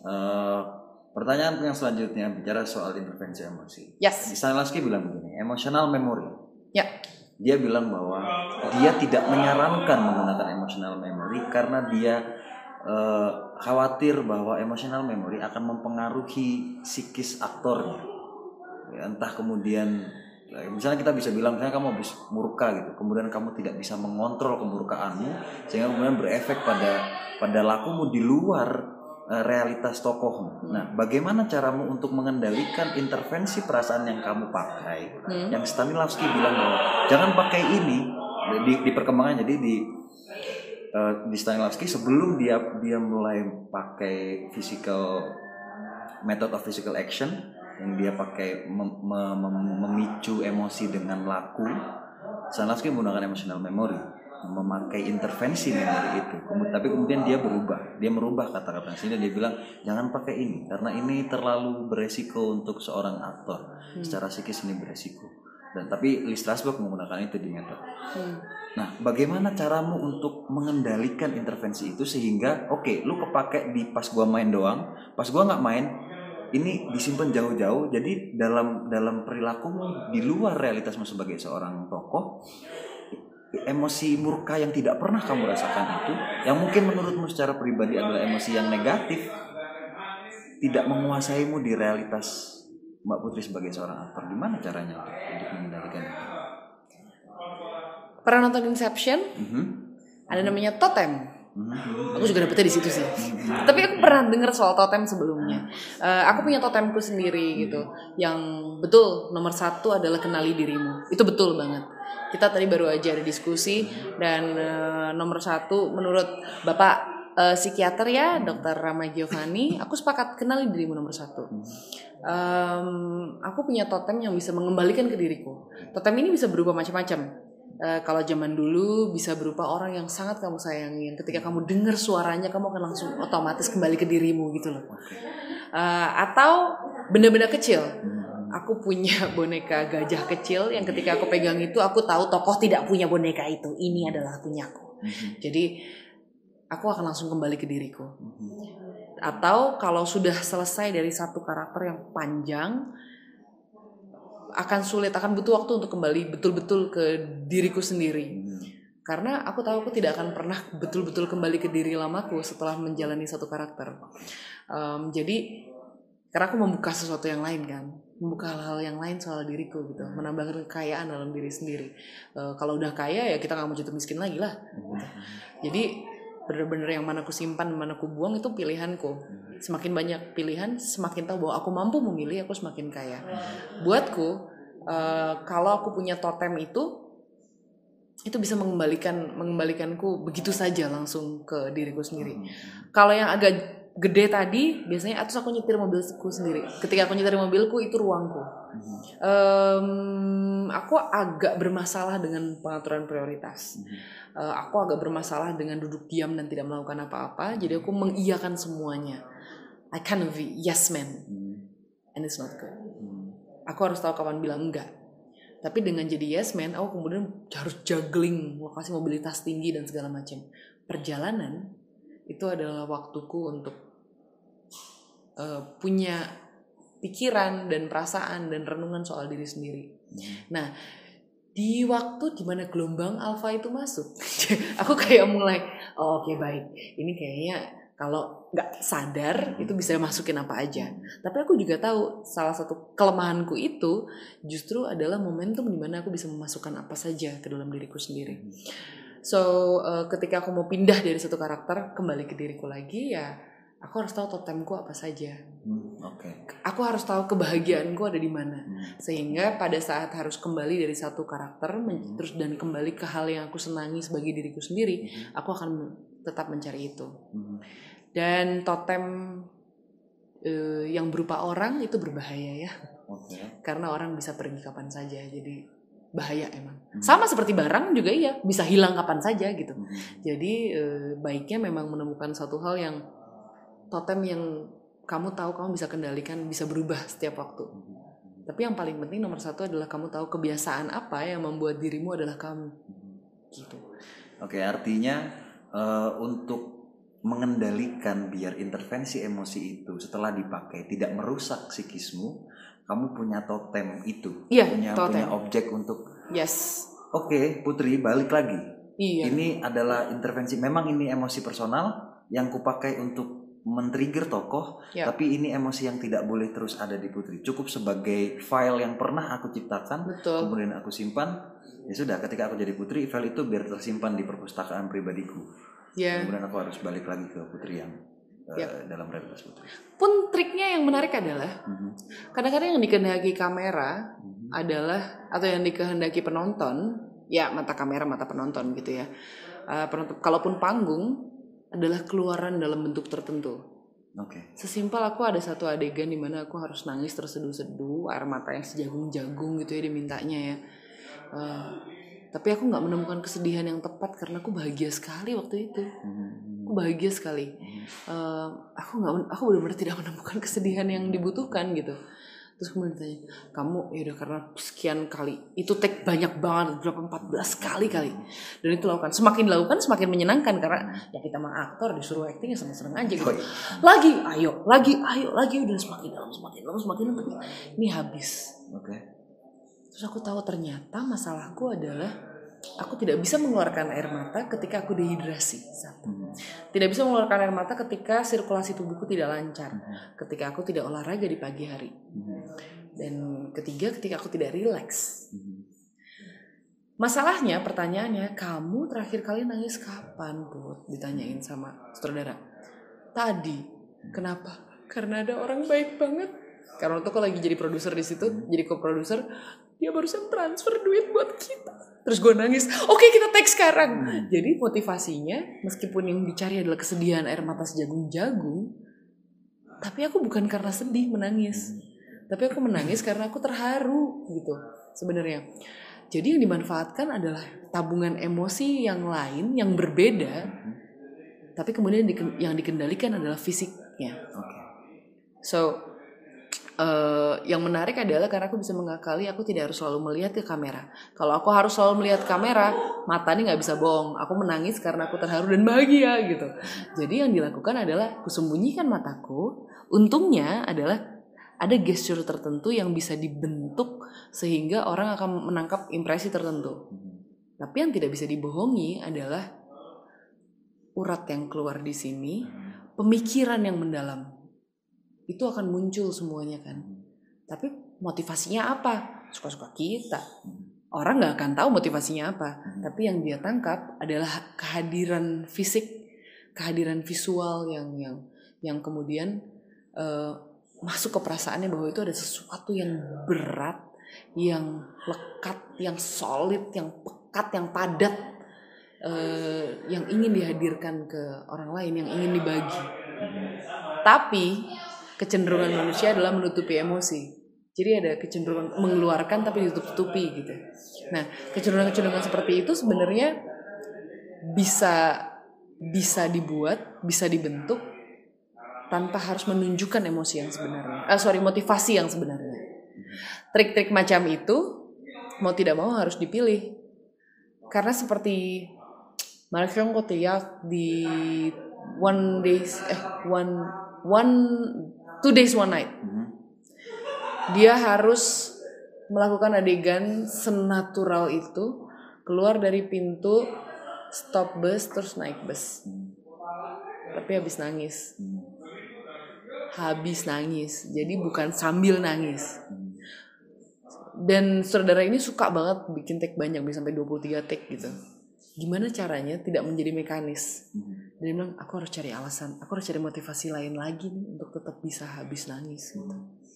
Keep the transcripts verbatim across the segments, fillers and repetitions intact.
Uh, pertanyaan yang selanjutnya bicara soal intervensi emosi. Yes. Stanislavski bilang begini, emotional memory. Ya. Dia bilang bahwa dia tidak menyarankan menggunakan emotional memory karena dia uh, khawatir bahwa emotional memory akan mempengaruhi psikis aktornya. Ya, entah kemudian, misalnya kita bisa bilang, misalnya kamu habis murka gitu, kemudian kamu tidak bisa mengontrol kemurkaanmu, sehingga kemudian berefek pada pada lakumu di luar realitas tokohmu. Nah, bagaimana caramu untuk mengendalikan intervensi perasaan yang kamu pakai? Hmm. Yang Stanislavski bilang bahwa jangan pakai ini di, di perkembangan. Jadi di uh, di Stanislavski sebelum dia dia mulai pakai physical method of physical action yang dia pakai mem, mem, mem, memicu emosi dengan laku, Stanislavski menggunakan emotional memory, memakai intervensi memori itu. Tapi kemudian dia berubah, dia merubah kata-kata sini. Dia bilang jangan pakai ini karena ini terlalu beresiko untuk seorang aktor. Hmm. Secara psikis ini beresiko. Dan tapi Lee Strasberg menggunakan itu di metode. Hmm. Nah, bagaimana caramu untuk mengendalikan intervensi itu sehingga oke, okay, lu kepake di pas gua main doang, pas gua nggak main, ini disimpan jauh-jauh. Jadi dalam dalam perilakumu di luar realitasmu sebagai seorang tokoh, emosi murka yang tidak pernah kamu rasakan itu, yang mungkin menurutmu secara pribadi adalah emosi yang negatif, tidak menguasaimu di realitas Mbak Putri sebagai seorang aktor. Gimana caranya untuk, untuk mengendalikan itu? Pernah nonton Inception? Mm-hmm. Ada namanya totem. Mm-hmm. Aku juga dapetnya di situ sih. Mm-hmm. Tapi aku pernah dengar soal totem sebelumnya. Uh, aku punya totemku sendiri gitu, mm-hmm. yang betul nomor satu adalah kenali dirimu. Itu betul banget. Kita tadi baru aja ada diskusi dan uh, nomor satu menurut Bapak uh, psikiater ya, dokter Rama Giovanni, aku sepakat kenali dirimu nomor satu. Um, aku punya totem yang bisa mengembalikan ke diriku. Totem ini bisa berubah macam-macam. Uh, kalau zaman dulu bisa berupa orang yang sangat kamu sayangi, yang ketika kamu dengar suaranya kamu akan langsung otomatis kembali ke dirimu gitu loh. Uh, atau benda-benda kecil. Aku punya boneka gajah kecil yang ketika aku pegang itu aku tahu tokoh tidak punya boneka itu. Ini adalah punyaku. Mm-hmm. Jadi aku akan langsung kembali ke diriku. Mm-hmm. Atau kalau sudah selesai dari satu karakter yang panjang, akan sulit, akan butuh waktu untuk kembali betul-betul ke diriku sendiri. Mm-hmm. Karena aku tahu aku tidak akan pernah betul-betul kembali ke diri lamaku setelah menjalani satu karakter. Um, jadi karena aku membuka sesuatu yang lain kan, membuka hal-hal yang lain soal diriku gitu, menambahkan kekayaan dalam diri sendiri. Uh, kalau udah kaya ya kita nggak mau jatuh miskin lagi lah. Gitu. Jadi bener-bener yang mana aku simpan, mana aku buang itu pilihanku. Semakin banyak pilihan, semakin tahu bahwa aku mampu memilih, aku semakin kaya. Buatku, uh, kalau aku punya totem itu, itu bisa mengembalikan, mengembalikanku begitu saja langsung ke diriku sendiri. Kalau yang agak gede tadi biasanya atau aku nyetir mobilku sendiri. Ketika aku nyetir mobilku itu ruangku. Um, aku agak bermasalah dengan pengaturan prioritas. Uh, aku agak bermasalah dengan duduk diam dan tidak melakukan apa-apa. Jadi aku mengiyakan semuanya. I kind of yes man, and it's not good. Aku harus tahu kapan bilang enggak. Tapi dengan jadi yes man, aku kemudian harus juggling lokasi mobilitas tinggi dan segala macam. Perjalanan itu adalah waktuku untuk uh, punya pikiran dan perasaan dan renungan soal diri sendiri. Hmm. Nah, di waktu dimana gelombang alfa itu masuk, aku kayak mulai, oh, oke okay, baik, ini kayaknya kalau nggak sadar itu bisa masukin apa aja. Tapi aku juga tahu salah satu kelemahanku itu justru adalah momentum dimana aku bisa memasukkan apa saja ke dalam diriku sendiri. So uh, ketika aku mau pindah dari satu karakter kembali ke diriku lagi, ya aku harus tahu totemku apa saja. Hmm, okay. Aku harus tahu kebahagiaanku ada di mana. Hmm. Sehingga pada saat harus kembali dari satu karakter hmm. terus dan kembali ke hal yang aku senangi sebagai diriku sendiri, hmm. aku akan tetap mencari itu. Hmm. Dan totem uh, yang berupa orang itu berbahaya ya. Okay. Karena orang bisa pergi kapan saja. Jadi bahaya emang. Hmm. Sama seperti barang juga iya, bisa hilang kapan saja gitu. Hmm. Jadi e, baiknya memang menemukan satu hal yang totem yang kamu tahu kamu bisa kendalikan, bisa berubah setiap waktu. Hmm. Tapi yang paling penting nomor satu adalah kamu tahu kebiasaan apa yang membuat dirimu adalah kamu. Gitu. Oke, artinya uh, untuk mengendalikan biar intervensi emosi itu setelah dipakai tidak merusak psikismu, kamu punya totem itu, Iya, punya totem. punya objek untuk. Yes. Oke, Putri, balik lagi. Iya. Ini adalah intervensi. Memang ini emosi personal yang kupakai untuk men-trigger tokoh, Ya. tapi ini emosi yang tidak boleh terus ada di Putri. Cukup sebagai file yang pernah aku ciptakan, Betul. kemudian aku simpan. Ya sudah, ketika aku jadi Putri, file itu biar tersimpan di perpustakaan pribadiku. Ya. Kemudian aku harus balik lagi ke Putri yang Ya. uh, dalam realitas Putri. Pun triknya yang menarik adalah Mhm. kadang-kadang yang dikehendaki kamera Mhm. adalah atau yang dikehendaki penonton, ya mata kamera mata penonton gitu ya. Uh, penonton, kalaupun panggung adalah keluaran dalam bentuk tertentu. Oke. Sesimpel aku ada satu adegan di mana aku harus nangis terseduh-seduh, air mata yang sejagung-jagung gitu ya dimintanya ya. Uh, tapi aku nggak menemukan kesedihan yang tepat karena aku bahagia sekali waktu itu. Mhm. Aku bahagia sekali. Uh, aku nggak, aku benar-benar tidak menemukan kesedihan yang dibutuhkan gitu. Terus kemudian ditanya, kamu ya udah karena sekian kali itu take banyak banget, berapa empat belas kali kali, dan itu lakukan semakin dilakukan semakin menyenangkan karena ya kita mah aktor disuruh acting ya seneng-seneng aja gitu. Lagi, ayo, lagi, ayo, lagi udah semakin dalam, semakin dalam, semakin dalam, tapi ini habis. Oke. Terus aku tahu ternyata masalahku adalah aku tidak bisa mengeluarkan air mata ketika aku dehidrasi. Satu. Mhm. Tidak bisa mengeluarkan air mata ketika sirkulasi tubuhku tidak lancar. Ketika aku tidak olahraga di pagi hari. Mhm. Dan ketiga, ketika aku tidak rileks. Mhm. Masalahnya, pertanyaannya, kamu terakhir kali nangis kapan, Put? Ditanyain sama saudara. Tadi. Kenapa? Karena ada orang baik banget. Karena waktu aku lagi jadi produser di situ, jadi co-producer, dia barusan transfer duit buat kita. Terus gue nangis, oke kita take sekarang. Hmm. Jadi motivasinya, meskipun yang dicari adalah kesedihan air mata sejagung-jagung, tapi aku bukan karena sedih menangis. Tapi aku menangis karena aku terharu gitu sebenarnya. Jadi yang dimanfaatkan adalah tabungan emosi yang lain, yang berbeda, tapi kemudian yang dikendalikan adalah fisiknya. So, Uh, yang menarik adalah karena aku bisa mengakali aku tidak harus selalu melihat ke kamera. Kalau aku harus selalu melihat kamera, mata ini nggak bisa bohong. Aku menangis karena aku terharu dan bahagia gitu. Jadi yang dilakukan adalah aku sembunyikan mataku. Untungnya adalah ada gesture tertentu yang bisa dibentuk sehingga orang akan menangkap impresi tertentu. Tapi yang tidak bisa dibohongi adalah urat yang keluar di sini, pemikiran yang mendalam. Itu akan muncul semuanya kan. Tapi motivasinya apa? Suka-suka kita. Orang gak akan tahu motivasinya apa. Tapi yang dia tangkap adalah kehadiran fisik, kehadiran visual yang yang yang kemudian uh, masuk ke perasaannya bahwa itu ada sesuatu yang berat, yang lekat, yang solid, yang pekat, yang padat, uh, yang ingin dihadirkan ke orang lain, yang ingin dibagi. Tapi kecenderungan manusia adalah menutupi emosi. Jadi ada kecenderungan mengeluarkan tapi ditutup-tutupi gitu. Nah, kecenderungan-kecenderungan seperti itu sebenarnya bisa bisa dibuat, bisa dibentuk tanpa harus menunjukkan emosi yang sebenarnya. Ah, sorry, motivasi yang sebenarnya. Trik-trik macam itu mau tidak mau harus dipilih. Karena seperti Marion Cotillard di One Days eh One One Two Days One Night. Mm-hmm. Dia harus melakukan adegan senatural itu, keluar dari pintu, stop bus, terus naik bus. Mm-hmm. Tapi habis nangis. Mm-hmm. Habis nangis. Jadi bukan sambil nangis. Mm-hmm. Dan saudara ini suka banget bikin take banyak, bisa sampai dua puluh tiga take gitu. Gimana caranya tidak menjadi mekanis? Mm-hmm. Dan dia bilang, aku harus cari alasan, aku harus cari motivasi lain lagi nih untuk tetap bisa habis nangis gitu.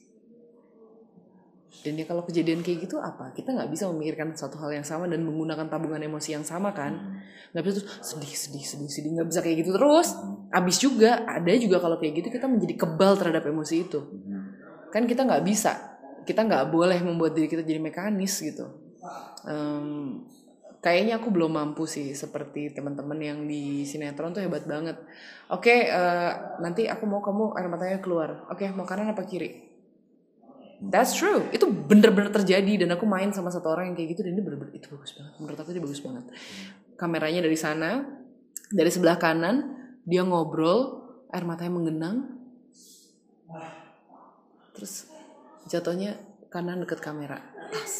Dan ya kalau kejadian kayak gitu apa? Kita nggak bisa memikirkan satu hal yang sama dan menggunakan tabungan emosi yang sama kan? Nggak bisa terus sedih, sedih, sedih, sedih. Nggak bisa kayak gitu terus. Abis juga, ada juga kalau kayak gitu kita menjadi kebal terhadap emosi itu. Kan kita nggak bisa, kita nggak boleh membuat diri kita jadi mekanis gitu. Um, Kayaknya aku belum mampu sih seperti teman-teman yang di sinetron tuh hebat banget. Oke, okay, uh, nanti aku mau kamu air matanya keluar. Oke, okay, mau kanan apa kiri? That's true. Itu bener-bener terjadi dan aku main sama satu orang yang kayak gitu dan ini bener-bener itu bagus banget. Menurut aku itu bagus banget. Kameranya dari sana, dari sebelah kanan, dia ngobrol, air matanya menggenang, terus jatuhnya kanan deket kamera, tas.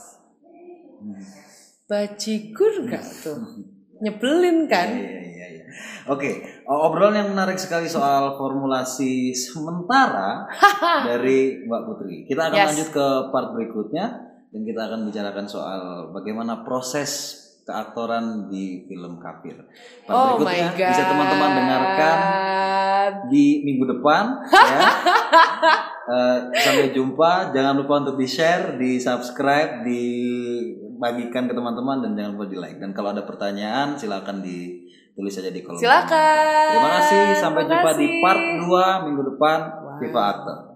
Bajigur gak tuh? Nyebelin kan? Iya, iya, iya. Oke, obrolan yang menarik sekali soal formulasi sementara dari Mbak Putri. Kita akan Yes. lanjut ke part berikutnya dan kita akan bicarakan soal bagaimana proses keaktoran di film Kafir. Part Oh berikutnya my God. bisa teman-teman dengarkan di minggu depan. Ya. Uh, sampai jumpa. Jangan lupa untuk di share, di subscribe, dibagikan ke teman-teman dan jangan lupa di like. Dan kalau ada pertanyaan silakan ditulis saja di kolom. Silakan. Terima kasih. Sampai Terima jumpa di kasih. part dua minggu depan. Wow. Viva Aktor.